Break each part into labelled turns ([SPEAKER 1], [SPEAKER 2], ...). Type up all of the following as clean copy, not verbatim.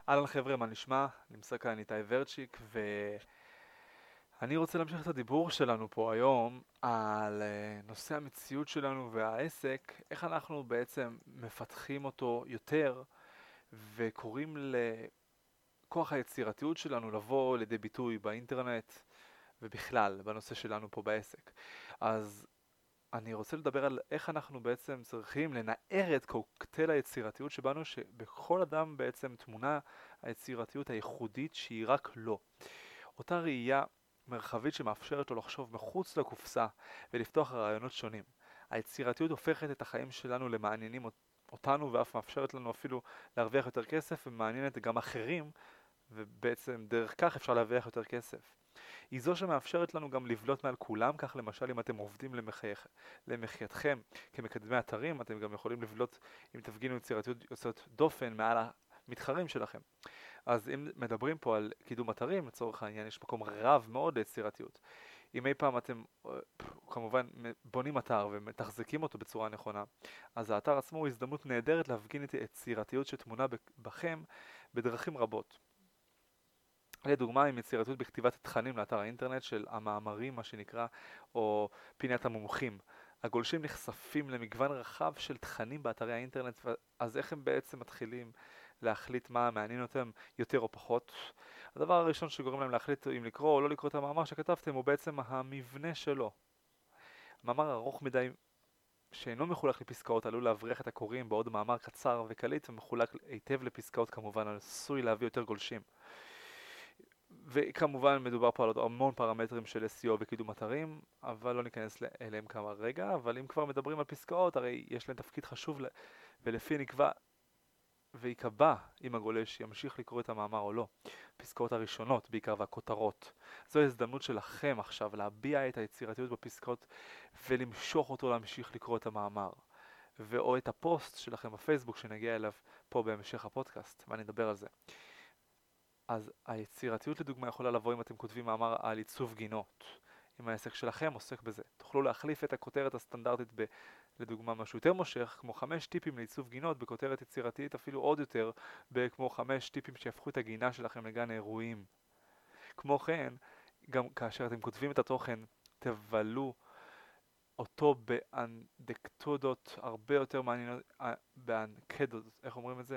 [SPEAKER 1] אהלן חבר'ה, מה נשמע? נמצא כאן איתי ורצ'יק, ואני רוצה להמשיך את הדיבור שלנו פה היום על נושא המציאות שלנו והעסק, איך אנחנו בעצם מפתחים אותו יותר וקוראים לכוח היצירתיות שלנו לבוא לידי ביטוי באינטרנט ובכלל בנושא שלנו פה בעסק. אז אני רוצה לדבר על איך אנחנו בעצם צריכים לנער את קוקטייל היצירתיות שבנו, שבכל אדם בעצם תמונה היצירתיות הייחודית שהיא רק לו. אותה ראייה מרחבית שמאפשרת לו לחשוב מחוץ לקופסה ולפתוח רעיונות שונים. היצירתיות הופכת את החיים שלנו למעניינים אותנו ואף מאפשרת לנו אפילו להרוויח יותר כסף ומעניינת גם אחרים, ובעצם דרך כך אפשר להרוויח יותר כסף. היא זו שמאפשרת לנו גם לבלוט מעל כולם, כך למשל אם אתם עובדים למחייתכם כמקדמי אתרים, אתם גם יכולים לבלוט אם תפגינו יצירתיות יוצאת דופן מעל המתחרים שלכם. אז אם מדברים פה על קידום אתרים, לצורך העניין יש מקום רב מאוד ליצירתיות. אם אי פעם אתם כמובן בונים אתר ומתחזקים אותו בצורה נכונה, אז האתר עצמו הוא הזדמנות נהדרת להפגין את היצירתיות שטמונה בכם בדרכים רבות. לדוגמה, עם יצירתיות בכתיבת תכנים לאתר האינטרנט של המאמרים, מה שנקרא, או פינת המומחים. הגולשים נחשפים למגוון רחב של תכנים באתרי האינטרנט, אז איך הם בעצם מתחילים להחליט מה מעניין אותם יותר או פחות? הדבר הראשון שגורם להם להחליט אם לקרוא או לא לקרוא את המאמר שכתבתם הוא בעצם המבנה שלו. מאמר ארוך מדי שאינו מחולק לפסקאות עלול להבריח את הקוראים, בעוד מאמר קצר וקליט ומחולק היטב לפסקאות כמובן עשוי להביא יותר גולשים. וכמובן מדובר פה על עוד המון פרמטרים של SEO וקידום אתרים, אבל לא ניכנס אליהם כמה רגע, אבל אם כבר מדברים על פסקאות, הרי יש להם תפקיד חשוב ולפי נקבע ויקבע אם הגולש ימשיך לקרוא את המאמר או לא. פסקאות הראשונות בעיקר והכותרות. זו ההזדמנות שלכם עכשיו להביע את היצירתיות בפסקאות ולמשוך אותו להמשיך לקרוא את המאמר. או את הפוסט שלכם בפייסבוק שנגיע אליו פה בהמשך הפודקאסט, ואני אדבר על זה. אז היצירתיות לדוגמה יכולה לבוא אם אתם כותבים מאמר על עיצוב גינות. אם העסק שלכם עוסק בזה. תוכלו להחליף את הכותרת הסטנדרטית לדוגמה משהו יותר מושך, כמו 5 טיפים לעיצוב גינות, בכותרת יצירתית אפילו עוד יותר, כמו 5 טיפים שיהפכו את הגינה שלכם לגן האירועים. כמו כן, גם כאשר אתם כותבים את התוכן, תבלו אותו באנקדוטות הרבה יותר מעניינות, באנקדוטות, איך אומרים את זה?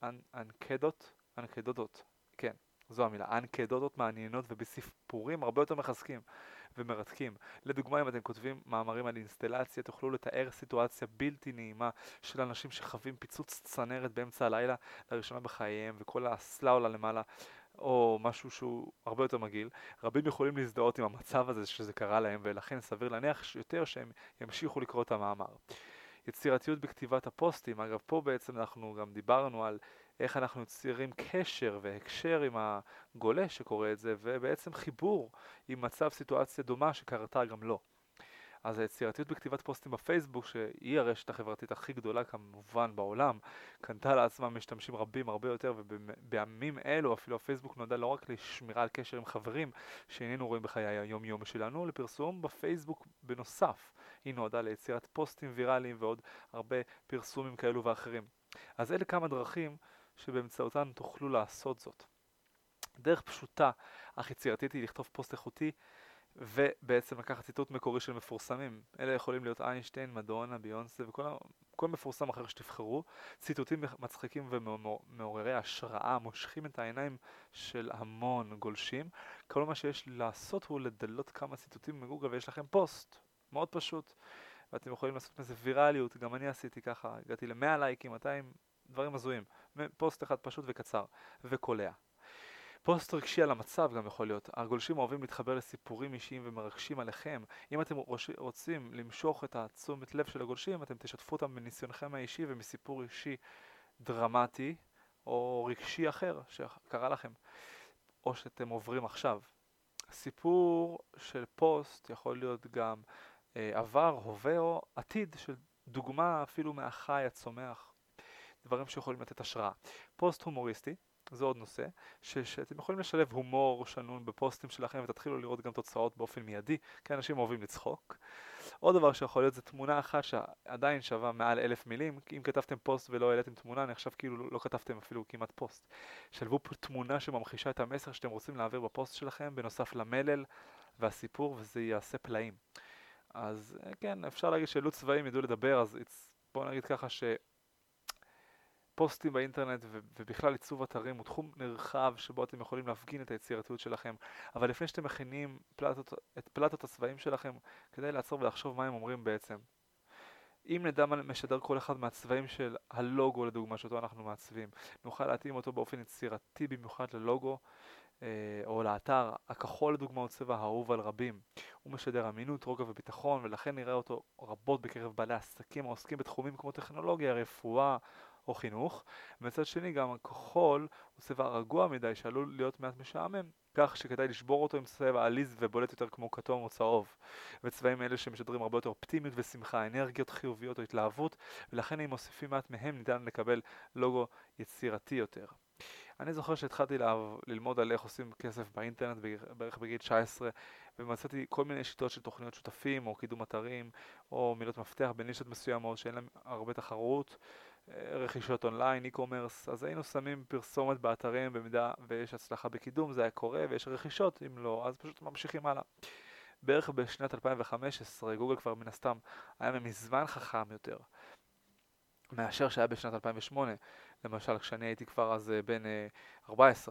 [SPEAKER 1] אנקדוטות, כן. זו המילה, אנקדוטות מעניינות ובסיפורים הרבה יותר מחזקים ומרתקים. לדוגמה, אם אתם כותבים מאמרים על אינסטלציה, תוכלו לתאר סיטואציה בלתי נעימה של אנשים שחווים פיצוץ צנרת באמצע הלילה לראשונה בחייהם, וכל האסלה עולה למעלה, או משהו שהוא הרבה יותר מגעיל. רבים יכולים להזדהות עם המצב הזה שזה קרה להם, ולכן סביר להניח יותר שהם ימשיכו לקרוא את המאמר. יצירתיות בכתיבת הפוסטים, אגב פה בעצם אנחנו גם דיברנו על איך אנחנו יוצרים קשר והקשר עם הגולש שקורא את זה, ובעצם חיבור עם מצב סיטואציה דומה שקרתה גם לו. אז היצירתיות בכתיבת פוסטים בפייסבוק, שהיא הרשת החברתית הכי גדולה כמובן בעולם, קנתה לעצמה משתמשים רבים הרבה יותר, ובימים אלו אפילו הפייסבוק נועדה לא רק לשמירה על קשר עם חברים שאיננו רואים בחיי היום-יום שלנו, לפרסום בפייסבוק בנוסף. היא נועדה ליצירת פוסטים ויראליים ועוד הרבה פרסומים כאלו ואחרים. אז אלה כמה דרכים שבאמצעותן תוכלו לעשות זאת. דרך פשוטה אך יצירתית היא לכתוב פוסט איכותי ובעצם לקחת ציטוט מקורי של מפורסמים. אלה יכולים להיות איינשטיין, מדונה, ביונסה וכל מפורסם אחר שתבחרו. ציטוטים מצחיקים ומעוררי השראה מושכים את העיניים של המון גולשים. כל מה שיש לעשות הוא לדלות כמה ציטוטים מגוגל ויש לכם פוסט. מאוד פשוט. ואתם יכולים לעשות מזה ויראליות, גם אני עשיתי ככה, הגעתי ל-100 לייקים, 200 דברים הזויים. פוסט אחד פשוט וקצר וקולע. פוסט רגשי על המצב גם יכול להיות. הגולשים אוהבים להתחבר לסיפורים אישיים ומרגשים עליכם. אם אתם רוצים למשוך את התשומת לב של הגולשים, אתם תשתפו אותם מניסיונכם האישי ומסיפור אישי דרמטי או רגשי אחר שקרה לכם, או שאתם עוברים עכשיו. סיפור של פוסט יכול להיות גם עבר, הווה או עתיד של דוגמה אפילו מהחי הצומח. דברים שיכולים לתת השראה. פוסט הומוריסטי זה עוד נושא, שאתם יכולים לשלב הומור שנון בפוסטים שלכם ותתחילו לראות גם תוצאות באופן מיידי, כי אנשים אוהבים לצחוק. עוד דבר שיכול להיות זה תמונה אחת שעדיין שווה מעל 1,000 מילים, כי אם כתבתם פוסט ולא העליתם תמונה, נחשב כאילו לא כתבתם אפילו כמעט פוסט. שלבו פה תמונה שממחישה את המסר שאתם רוצים להעביר בפוסט שלכם, בנוסף למלל והסיפור, וזה יעשה פלאים. אז כן, אפשר להגיד שאילו צבעים ידעו לדבר, אז בואו נגיד ככה פוסטים באינטרנט ובכלל עיצוב אתרים הוא תחום נרחב שבו אתם יכולים להפגין את היצירתיות שלכם, אבל לפני שאתם מכינים את פלטות הצבעים שלכם, כדאי לעצור ולחשוב מה הם אומרים בעצם. אם נדע מה משדר כל אחד מהצבעים של הלוגו לדוגמה שאותו אנחנו מעצבים, נוכל להתאים אותו באופן יצירתי במיוחד ללוגו או לאתר. הכחול לדוגמה הוא צבע אהוב על רבים. הוא משדר אמינות, רוגע וביטחון, ולכן נראה אותו רבות בקרב בעלי עסקים העוסקים בתחומים כמו טכנולוגיה, רפואה או חינוך. מצד שני גם הכחול הוא צבע רגוע מדי שעלול להיות מעט משעמם, כך שכדאי לשבור אותו עם צבע עליז ובולט יותר כמו כתום או צהוב. וצבעים אלה שמשדרים הרבה יותר אופטימיות ושמחה, אנרגיות חיוביות או התלהבות, ולכן אם מוסיפים מעט מהם ניתן לקבל לוגו יצירתי יותר. אני זוכר שהתחלתי ללמוד על איך עושים כסף באינטרנט בערך בגיל 19, ומצאתי כל מיני שיטות של תוכניות שותפים או קידום אתרים או מילות מפתח בנישות מסוימות שאין להם הרבה תחרות, רכישות אונליין, אי-קומרס. אז היינו שמים פרסומת באתרים במידה ויש הצלחה בקידום, זה היה קורה, ויש רכישות, אם לא אז פשוט ממשיכים הלאה. בערך בשנת 2015 גוגל כבר מן הסתם היה מזמן חכם יותר מאשר שהיה בשנת 2008, למשל כשאני הייתי כבר אז בן 14.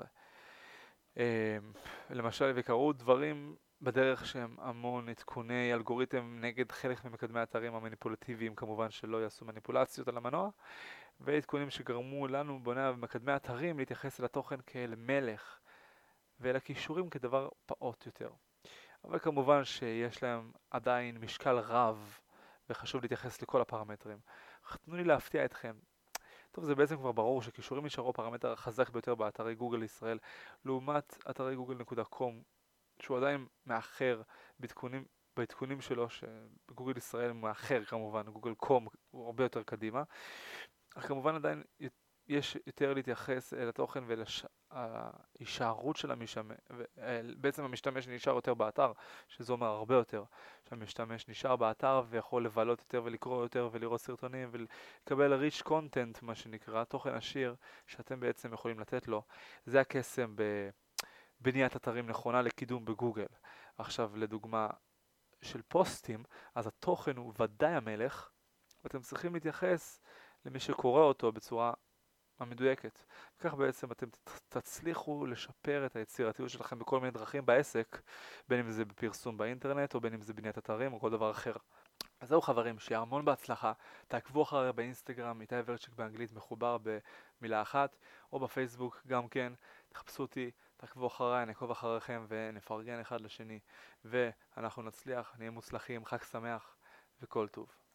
[SPEAKER 1] למשל, וקראו דברים בדרך שהם המון עדכוני אלגוריתם נגד חלק ממקדמי האתרים המניפולטיביים, כמובן שלא יעשו מניפולציות על המנוע, ועדכונים שגרמו לנו בוני מקדמי האתרים להתייחס אל התוכן כאל מלך ואל הכישורים כדבר פעוט יותר. אבל כמובן שיש להם עדיין משקל רב וחשוב להתייחס לכל הפרמטרים. תנו לי להפתיע אתכם. טוב, זה בעצם כבר ברור שכישורים נשארו הפרמטר החזק ביותר באתרי גוגל ישראל, לעומת אתרי google.com, שהוא עדיין מאחר בעדכונים שלו, שגוגל ישראל מאחר כמובן, גוגל.com הוא הרבה יותר קדימה, אך כמובן עדיין יש יותר להתייחס אל התוכן ולהישארות של המשתמש, בעצם המשתמש נשאר יותר באתר, שזה אומר הרבה יותר, שהמשתמש נשאר באתר ויכול לבלות יותר ולקרוא יותר ולראות סרטונים ולקבל rich content, מה שנקרא, תוכן עשיר שאתם בעצם יכולים לתת לו. זה הקסם בבניית אתרים נכונה לקידום בגוגל. עכשיו לדוגמה של פוסטים, אז התוכן הוא ודאי המלך, ואתם צריכים להתייחס למי שקורא אותו בצורה המדויקת. כך בעצם אתם תצליחו לשפר את היצירתיות שלכם בכל מיני דרכים בעסק, בין אם זה בפרסום באינטרנט או בין אם זה בניית אתרים או כל דבר אחר. אז זהו חברים, שיהיה המון בהצלחה. תעקבו אחרי באינסטגרם, איתי ורצ'יק באנגלית מחובר במילה אחת, או בפייסבוק גם כן, תחפשו אותי, תעקבו אחריי, נעקוב אחריכם ונפרגן אחד לשני, ואנחנו נצליח, נהיה מוצלחים, חג שמח וכל טוב.